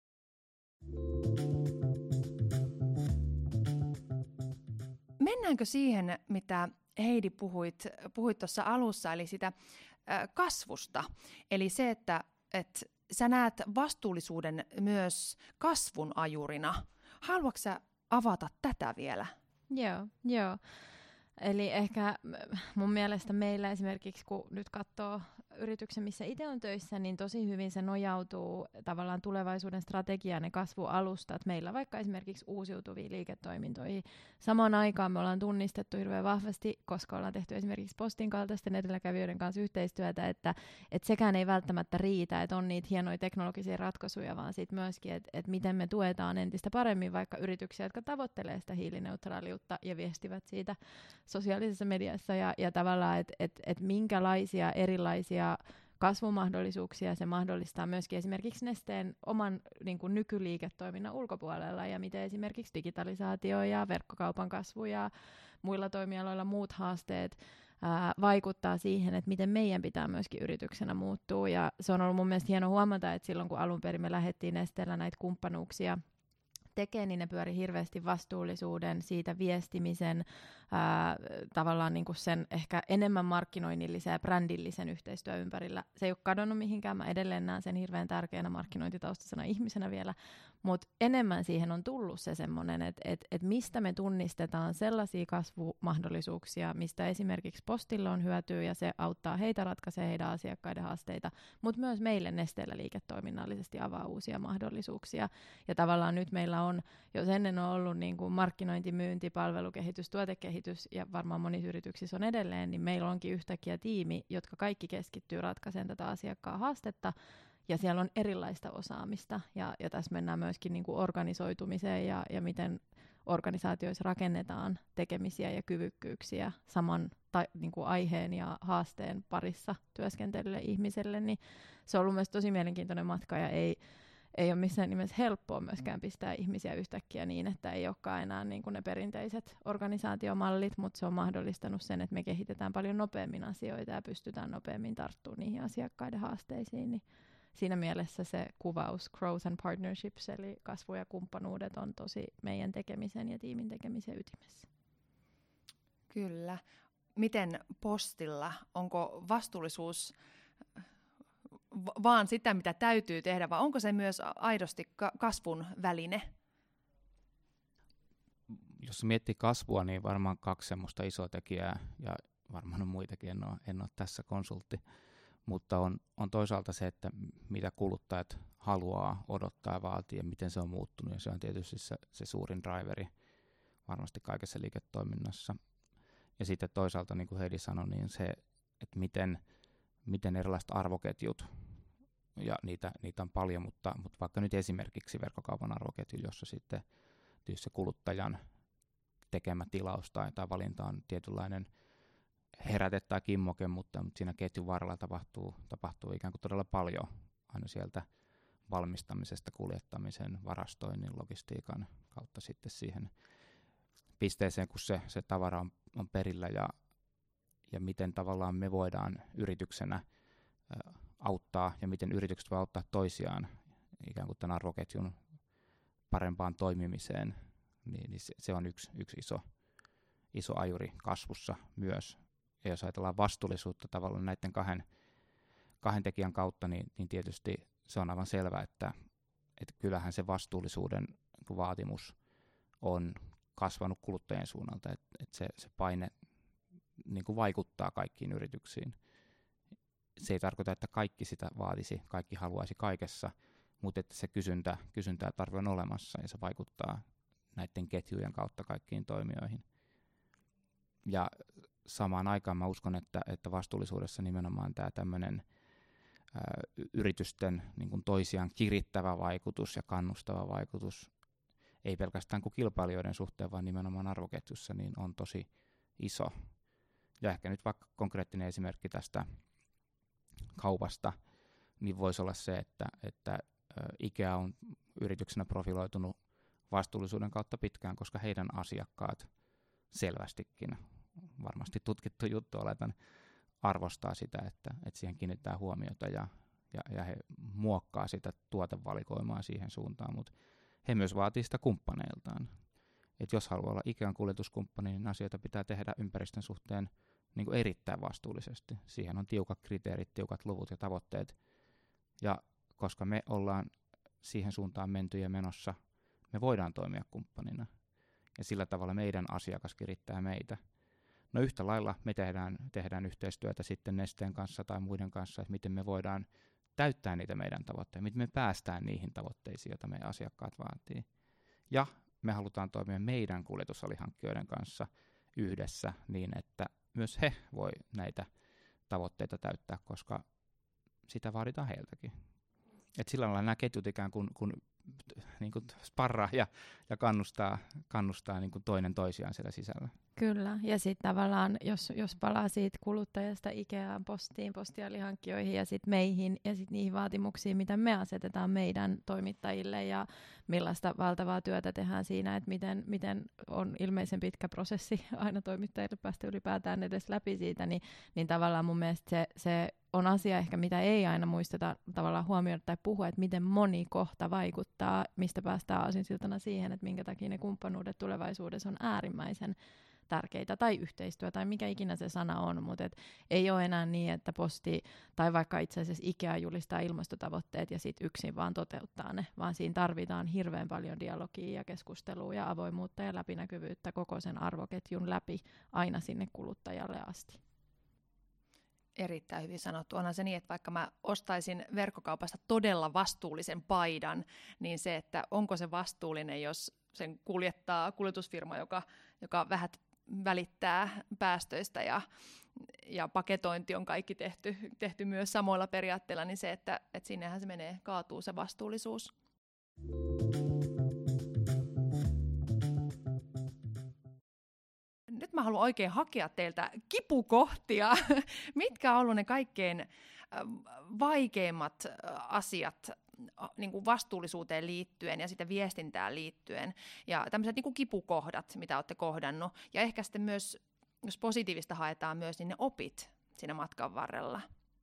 Mennäänkö siihen, mitä Heidi puhuit tuossa alussa, eli sitä kasvusta. Eli se, että sä näet vastuullisuuden myös kasvun ajurina. Haluatko sä avata tätä vielä? Joo. Eli ehkä mun mielestä meillä esimerkiksi, kun nyt katsoo yrityksen, missä itse on töissä, niin tosi hyvin se nojautuu tavallaan tulevaisuuden strategiaan ja kasvualustat. Meillä vaikka esimerkiksi uusiutuviin liiketoimintoihin. Samaan aikaan me ollaan tunnistettu hirveän vahvasti, koska ollaan tehty esimerkiksi Postin kaltaisten edelläkävijöiden kanssa yhteistyötä, että sekään ei välttämättä riitä, että on niitä hienoja teknologisia ratkaisuja, vaan sitten myöskin, että miten me tuetaan entistä paremmin vaikka yrityksiä, jotka tavoittelee sitä hiilineutraaliutta ja viestivät siitä sosiaalisessa mediassa ja tavallaan, että minkälaisia erilaisia kasvumahdollisuuksia se mahdollistaa myöskin esimerkiksi Nesteen oman niin kuin nykyliiketoiminnan ulkopuolella ja miten esimerkiksi digitalisaatio ja verkkokaupan kasvu ja muilla toimialoilla muut haasteet vaikuttaa siihen, että miten meidän pitää myöskin yrityksenä muuttua. Ja se on ollut mun mielestä hieno huomata, että silloin kun alun perin me lähdettiin Nesteellä näitä kumppanuuksia tekee, niin ne pyöri hirveästi vastuullisuuden, siitä viestimisen, tavallaan niin kuin sen ehkä enemmän markkinoinnillisen ja brändillisen yhteistyön ympärillä. Se ei ole kadonnut mihinkään, mä edelleen näen sen hirveän tärkeänä markkinointitaustaisena ihmisenä vielä, mutta enemmän siihen on tullut se semmoinen, että mistä me tunnistetaan sellaisia kasvumahdollisuuksia, mistä esimerkiksi Postilla on hyötyä ja se auttaa heitä ratkaisemaan heidän asiakkaiden haasteita, mutta myös meille Nesteellä liiketoiminnallisesti avaa uusia mahdollisuuksia. Ja tavallaan nyt meillä on, jos ennen on ollut niin kuin markkinointi, myynti, palvelukehitys, tuotekehitys ja varmaan monissa yrityksissä on edelleen, niin meillä onkin yhtäkkiä tiimi, jotka kaikki keskittyy ratkaisemaan tätä asiakkaan haastetta. Ja siellä on erilaista osaamista, ja tässä mennään myöskin niin kuin organisoitumiseen ja miten organisaatioissa rakennetaan tekemisiä ja kyvykkyyksiä saman niin kuin aiheen ja haasteen parissa työskentelylle ihmiselle, niin se on ollut myös tosi mielenkiintoinen matka, ja ei ole missään nimessä helppoa myöskään pistää ihmisiä yhtäkkiä niin, että ei olekaan enää niin kuin ne perinteiset organisaatiomallit, mutta se on mahdollistanut sen, että me kehitetään paljon nopeammin asioita ja pystytään nopeammin tarttumaan niihin asiakkaiden haasteisiin, niin siinä mielessä se kuvaus growth and partnerships, eli kasvu ja kumppanuudet, on tosi meidän tekemisen ja tiimin tekemisen ytimessä. Kyllä. Miten Postilla, onko vastuullisuus vaan sitä, mitä täytyy tehdä, vai onko se myös aidosti kasvun väline? Jos miettii kasvua, niin varmaan 2 semmoista isoa tekijää, ja varmaan on muitakin, en ole tässä konsultti. Mutta on toisaalta se, että mitä kuluttajat haluaa, odottaa ja vaatii ja miten se on muuttunut. Ja se on tietysti se suurin driveri varmasti kaikessa liiketoiminnassa. Ja sitten toisaalta, niin kuin Heidi sanoi, niin se, että miten erilaiset arvoketjut, ja niitä on paljon, mutta vaikka nyt esimerkiksi verkkokaupan arvoketju, jossa sitten se kuluttajan tekemä tilaus tai valinta on tietynlainen heräte tai kimmoke, mutta siinä ketjun varrella tapahtuu ikään kuin todella paljon aina sieltä valmistamisesta, kuljettamisen, varastoinnin, logistiikan kautta sitten siihen pisteeseen, kun se tavara on perillä, ja miten tavallaan me voidaan yrityksenä auttaa ja miten yritykset voi auttaa toisiaan ikään kuin tämän arvoketjun parempaan toimimiseen, niin se on yksi iso ajuri kasvussa myös. Ja jos ajatellaan vastuullisuutta tavallaan näiden kahden tekijän kautta, niin tietysti se on aivan selvä, että kyllähän se vastuullisuuden vaatimus on kasvanut kuluttajien suunnalta, että se paine niin kuin vaikuttaa kaikkiin yrityksiin. Se ei tarkoita, että kaikki sitä vaatisi, kaikki haluaisi kaikessa, mutta että se kysyntä ja tarve on olemassa, ja se vaikuttaa näiden ketjujen kautta kaikkiin toimijoihin. Ja samaan aikaan mä uskon, että vastuullisuudessa nimenomaan tämä tämmöinen yritysten niin kuin toisiaan kirittävä vaikutus ja kannustava vaikutus, ei pelkästään kuin kilpailijoiden suhteen, vaan nimenomaan arvoketjussa, niin on tosi iso. Ja ehkä nyt vaikka konkreettinen esimerkki tästä kaupasta, niin voisi olla se, että IKEA on yrityksenä profiloitunut vastuullisuuden kautta pitkään, koska heidän asiakkaat selvästikin, varmasti tutkittu juttu, oletan, arvostaa sitä, että siihen kiinnittää huomiota ja he muokkaa sitä tuotevalikoimaa siihen suuntaan, mutta he myös vaatii sitä kumppaneiltaan. Et jos haluaa olla Ikean kuljetuskumppani, niin asioita pitää tehdä ympäristön suhteen niin kuin erittäin vastuullisesti. Siihen on tiukat kriteerit, tiukat luvut ja tavoitteet. Ja koska me ollaan siihen suuntaan menty ja menossa, me voidaan toimia kumppanina. Ja sillä tavalla meidän asiakas kirittää meitä. No yhtä lailla me tehdään yhteistyötä sitten Nesteen kanssa tai muiden kanssa, että miten me voidaan täyttää niitä meidän tavoitteita, miten me päästään niihin tavoitteisiin, joita meidän asiakkaat vaatii. Ja me halutaan toimia meidän kuljetusalihankkijoiden kanssa yhdessä niin, että myös he voi näitä tavoitteita täyttää, koska sitä vaaditaan heiltäkin. Et sillä lailla nämä ketjut ikään kuin niin kuin sparraa ja kannustaa niin kuin toinen toisiaan siellä sisällä. Kyllä, ja sitten tavallaan, jos palaa siitä kuluttajasta Ikeaan, postiin, postialihankkijoihin ja sitten meihin ja sitten niihin vaatimuksiin, mitä me asetetaan meidän toimittajille ja millaista valtavaa työtä tehdään siinä, että miten on ilmeisen pitkä prosessi aina toimittajille päästä ylipäätään edes läpi siitä, niin tavallaan mun mielestä se on asia ehkä, mitä ei aina muisteta tavallaan huomioida tai puhua, että miten moni kohta vaikuttaa, mistä päästään aasinsiltana siihen, että minkä takia ne kumppanuudet tulevaisuudessa on äärimmäisen tärkeitä, tai yhteistyö, tai mikä ikinä se sana on, mutta ei ole enää niin, että posti, tai vaikka itse asiassa Ikea julistaa ilmastotavoitteet ja sitten yksin vaan toteuttaa ne, vaan siinä tarvitaan hirveän paljon dialogia ja keskustelua ja avoimuutta ja läpinäkyvyyttä koko sen arvoketjun läpi aina sinne kuluttajalle asti. Erittäin hyvin sanottu. Onhan se niin, että vaikka mä ostaisin verkkokaupasta todella vastuullisen paidan, niin se, että onko se vastuullinen, jos sen kuljettaa kuljetusfirma, joka vähän välittää päästöistä ja paketointi on kaikki tehty myös samoilla periaatteilla, niin se, että sinnehän se menee, kaatuu se vastuullisuus. Nyt mä haluan oikein hakea teiltä kipukohtia. Mitkä on ollut ne kaikkein vaikeimmat asiat niin kuin vastuullisuuteen liittyen ja sitä viestintään liittyen ja tämmöiset niin kuin kipukohdat, mitä olette kohdannut ja ehkä sitten myös, jos positiivista haetaan myös, niin ne opit siinä matkan varrella.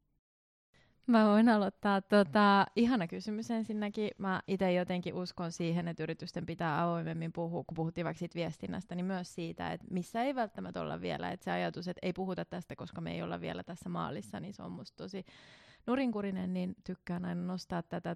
Mä voin aloittaa. Ihana kysymys ensinnäkin. Mä itse jotenkin uskon siihen, että yritysten pitää avoimemmin puhua, kun puhuttiin vaikka siitä viestinnästä, niin myös siitä, että missä ei välttämättä olla vielä. Että se ajatus, että ei puhuta tästä, koska me ei olla vielä tässä maalissa, niin se on musta tosi nurinkurinen, niin tykkään aina nostaa tätä.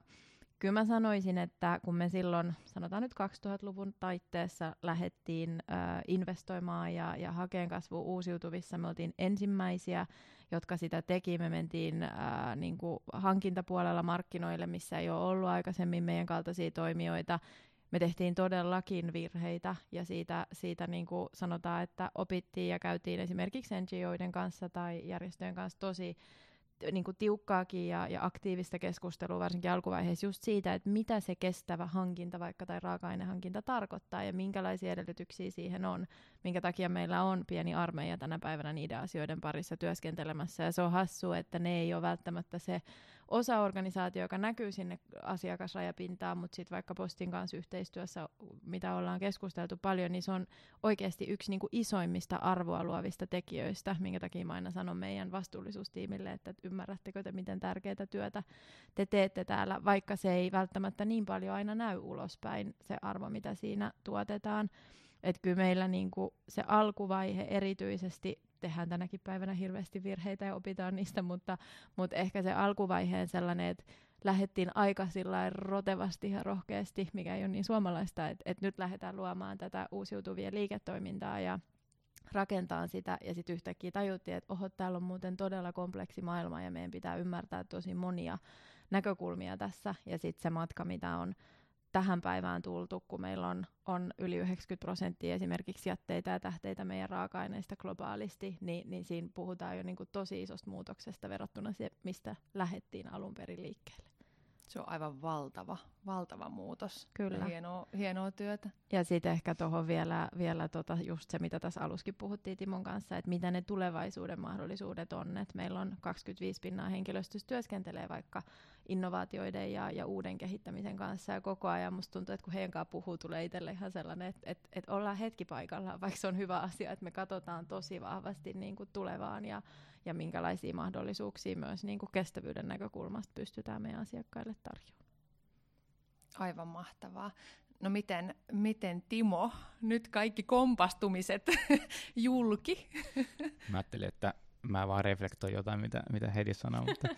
Kyllä mä sanoisin, että kun me silloin, sanotaan nyt 2000-luvun taitteessa lähdettiin investoimaan ja hakeen kasvua uusiutuvissa, me oltiin ensimmäisiä, jotka sitä teki. Me mentiin niin kuin hankintapuolella markkinoille, missä ei ole ollut aikaisemmin meidän kaltaisia toimijoita. Me tehtiin todellakin virheitä ja siitä niin kuin sanotaan, että opittiin ja käytiin esimerkiksi NGOiden kanssa tai järjestöjen kanssa tosi niin kuin tiukkaakin ja aktiivista keskustelua varsinkin alkuvaiheessa just siitä, että mitä se kestävä hankinta vaikka tai raaka-ainehankinta tarkoittaa ja minkälaisia edellytyksiä siihen on, minkä takia meillä on pieni armeija tänä päivänä niiden asioiden parissa työskentelemässä ja se on hassua, että ne ei ole välttämättä se osa-organisaatio, joka näkyy sinne asiakasrajapintaan, mutta sitten vaikka Postin kanssa yhteistyössä, mitä ollaan keskusteltu paljon, niin se on oikeasti yksi niin kuin isoimmista arvoa luovista tekijöistä, minkä takia mä aina sanon meidän vastuullisuustiimille, että ymmärrättekö te, miten tärkeää työtä te teette täällä, vaikka se ei välttämättä niin paljon aina näy ulospäin, se arvo, mitä siinä tuotetaan. Että kyllä meillä niinku se alkuvaihe erityisesti, tehdään tänäkin päivänä hirveästi virheitä ja opitaan niistä, mutta ehkä se alkuvaiheen sellainen, että lähdettiin aika sillain rotevasti ja rohkeasti, mikä ei ole niin suomalaista, että nyt lähdetään luomaan tätä uusiutuvia liiketoimintaa ja rakentaa sitä, ja sitten yhtäkkiä tajuttiin, että täällä on muuten todella kompleksi maailma, ja meidän pitää ymmärtää tosi monia näkökulmia tässä, ja sitten se matka, mitä on tähän päivään tultu, kun meillä on yli 90% esimerkiksi jätteitä ja tähteitä meidän raaka-aineista globaalisti, niin siinä puhutaan jo niinku tosi isosta muutoksesta verrattuna siihen, mistä lähdettiin alun perin liikkeelle. Se on aivan valtava muutos. Kyllä. Hienoa työtä. Ja sitten ehkä tuohon vielä just se, mitä tässä aluskin puhuttiin Timon kanssa, että mitä ne tulevaisuuden mahdollisuudet on. Et meillä on 25% henkilöstössä työskentelee vaikka innovaatioiden ja uuden kehittämisen kanssa. Ja koko ajan musta tuntuu, että kun heidän kanssa puhuu, tulee itselle ihan sellainen, että ollaan hetki paikallaan, vaikka se on hyvä asia, että me katsotaan tosi vahvasti niin kuin tulevaan ja minkälaisia mahdollisuuksia myös niin kuin kestävyyden näkökulmasta pystytään meidän asiakkaille tarjoamaan. Aivan mahtavaa. No miten Timo, nyt kaikki kompastumiset julki? Mä ajattelin, että mä vaan reflektoin jotain, mitä Heidi sanoi, mutta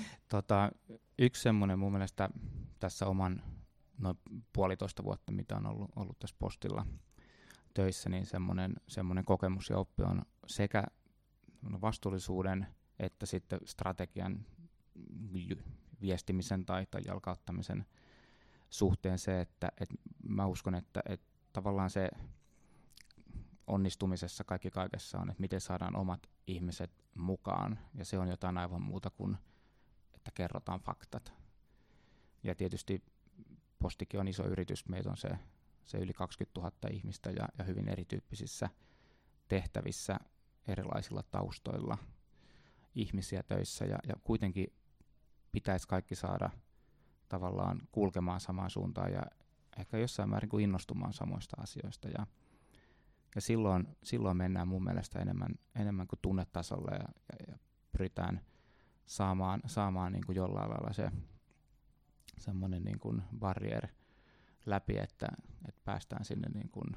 yksi semmoinen mun mielestä tässä oman noin 1,5 vuotta, mitä on ollut tässä Postilla töissä, niin semmoinen kokemus ja oppi on sekä vastuullisuuden että sitten strategian viestimisen tai jalkauttamisen suhteen se, että mä uskon, että tavallaan se onnistumisessa kaikki kaikessa on, että miten saadaan omat ihmiset mukaan, ja se on jotain aivan muuta kuin, että kerrotaan faktat. Ja tietysti Postikin on iso yritys, meitä on se yli 20 000 ihmistä ja hyvin erityyppisissä tehtävissä erilaisilla taustoilla ihmisiä töissä ja kuitenkin pitäisi kaikki saada tavallaan kulkemaan samaan suuntaan ja ehkä jossain määrin kuin innostumaan samoista asioista. Ja silloin mennään mun mielestä enemmän kuin tunnetasolle ja pyritään saamaan niin kuin jollain lailla se semmoinen niin kuin barrier läpi, että päästään sinne niin kuin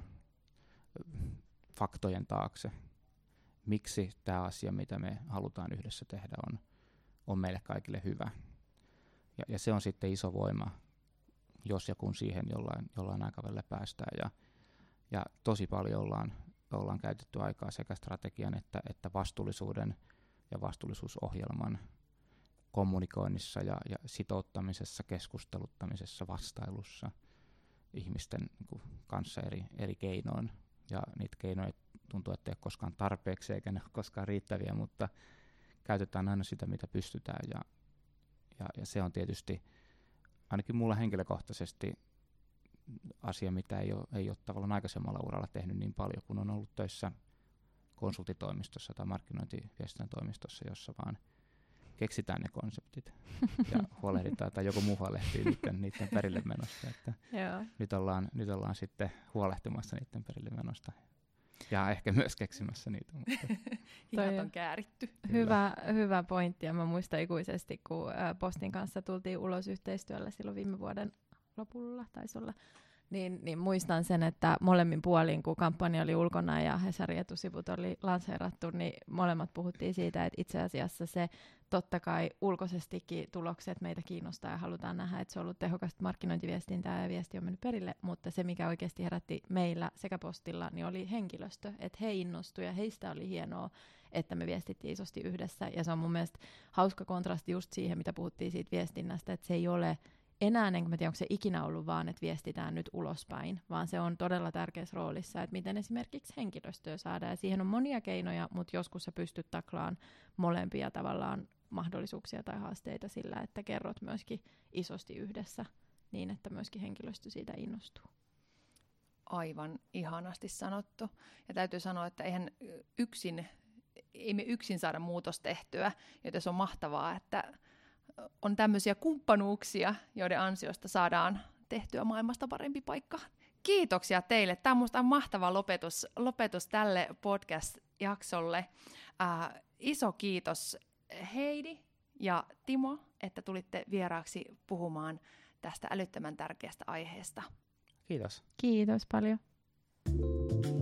faktojen taakse. Miksi tämä asia, mitä me halutaan yhdessä tehdä, on meille kaikille hyvä. Ja se on sitten iso voima, jos ja kun siihen jollain aikavälillä päästään. Ja tosi paljon ollaan käytetty aikaa sekä strategian että vastuullisuuden ja vastuullisuusohjelman kommunikoinnissa ja sitouttamisessa, keskusteluttamisessa, vastailussa ihmisten niin kuin kanssa eri keinoin. Ja niitä keinoja tuntuu, että ei ole koskaan tarpeeksi eikä ne ole koskaan riittäviä, mutta käytetään aina sitä, mitä pystytään. Ja se on tietysti ainakin mulla henkilökohtaisesti asia, mitä ei ole tavallaan aikaisemmalla uralla tehnyt niin paljon, kun on ollut töissä konsultitoimistossa tai markkinointiviestinnän toimistossa, jossa vaan keksitään ne konseptit ja huolehditaan, tai joku muu huolehtii niiden perille menosta. Että nyt ollaan sitten huolehtimassa niiden perille menosta. Ja ehkä myös keksimässä niitä. Hihat on kääritty. Hyvä pointti, ja mä muistan ikuisesti, kun Postin kanssa tultiin ulos yhteistyöllä silloin viime vuoden lopulla, taisi olla, niin muistan sen, että molemmin puolin, kun kampanja oli ulkona ja Hesarin etusivut oli lanseerattu, niin molemmat puhuttiin siitä, että itse asiassa se totta kai ulkoisestikin tulokset meitä kiinnostaa ja halutaan nähdä, että se on ollut tehokasta markkinointiviestintää ja viesti on mennyt perille, mutta se, mikä oikeasti herätti meillä sekä Postilla, niin oli henkilöstö, että he innostuivat ja heistä oli hienoa, että me viestittiin isosti yhdessä, ja se on mun mielestä hauska kontrasti just siihen, mitä puhuttiin siitä viestinnästä, että se ei ole enää, enkä mä tiedä, onko se ikinä ollut vaan, että viestitään nyt ulospäin, vaan se on todella tärkeässä roolissa, että miten esimerkiksi henkilöstöä saadaan, ja siihen on monia keinoja, mutta joskus sä pystyt taklaamaan molempia tavallaan mahdollisuuksia tai haasteita sillä, että kerrot myöskin isosti yhdessä niin, että myöskin henkilöstö siitä innostuu. Aivan ihanasti sanottu. Ja täytyy sanoa, että ei me yksin saada muutos tehtyä, joten se on mahtavaa, että on tämmöisiä kumppanuuksia, joiden ansiosta saadaan tehtyä maailmasta parempi paikka. Kiitoksia teille. Tämä on minusta mahtava lopetus tälle podcast-jaksolle. Iso kiitos Heidi ja Timo, että tulitte vieraaksi puhumaan tästä älyttömän tärkeästä aiheesta. Kiitos. Kiitos paljon.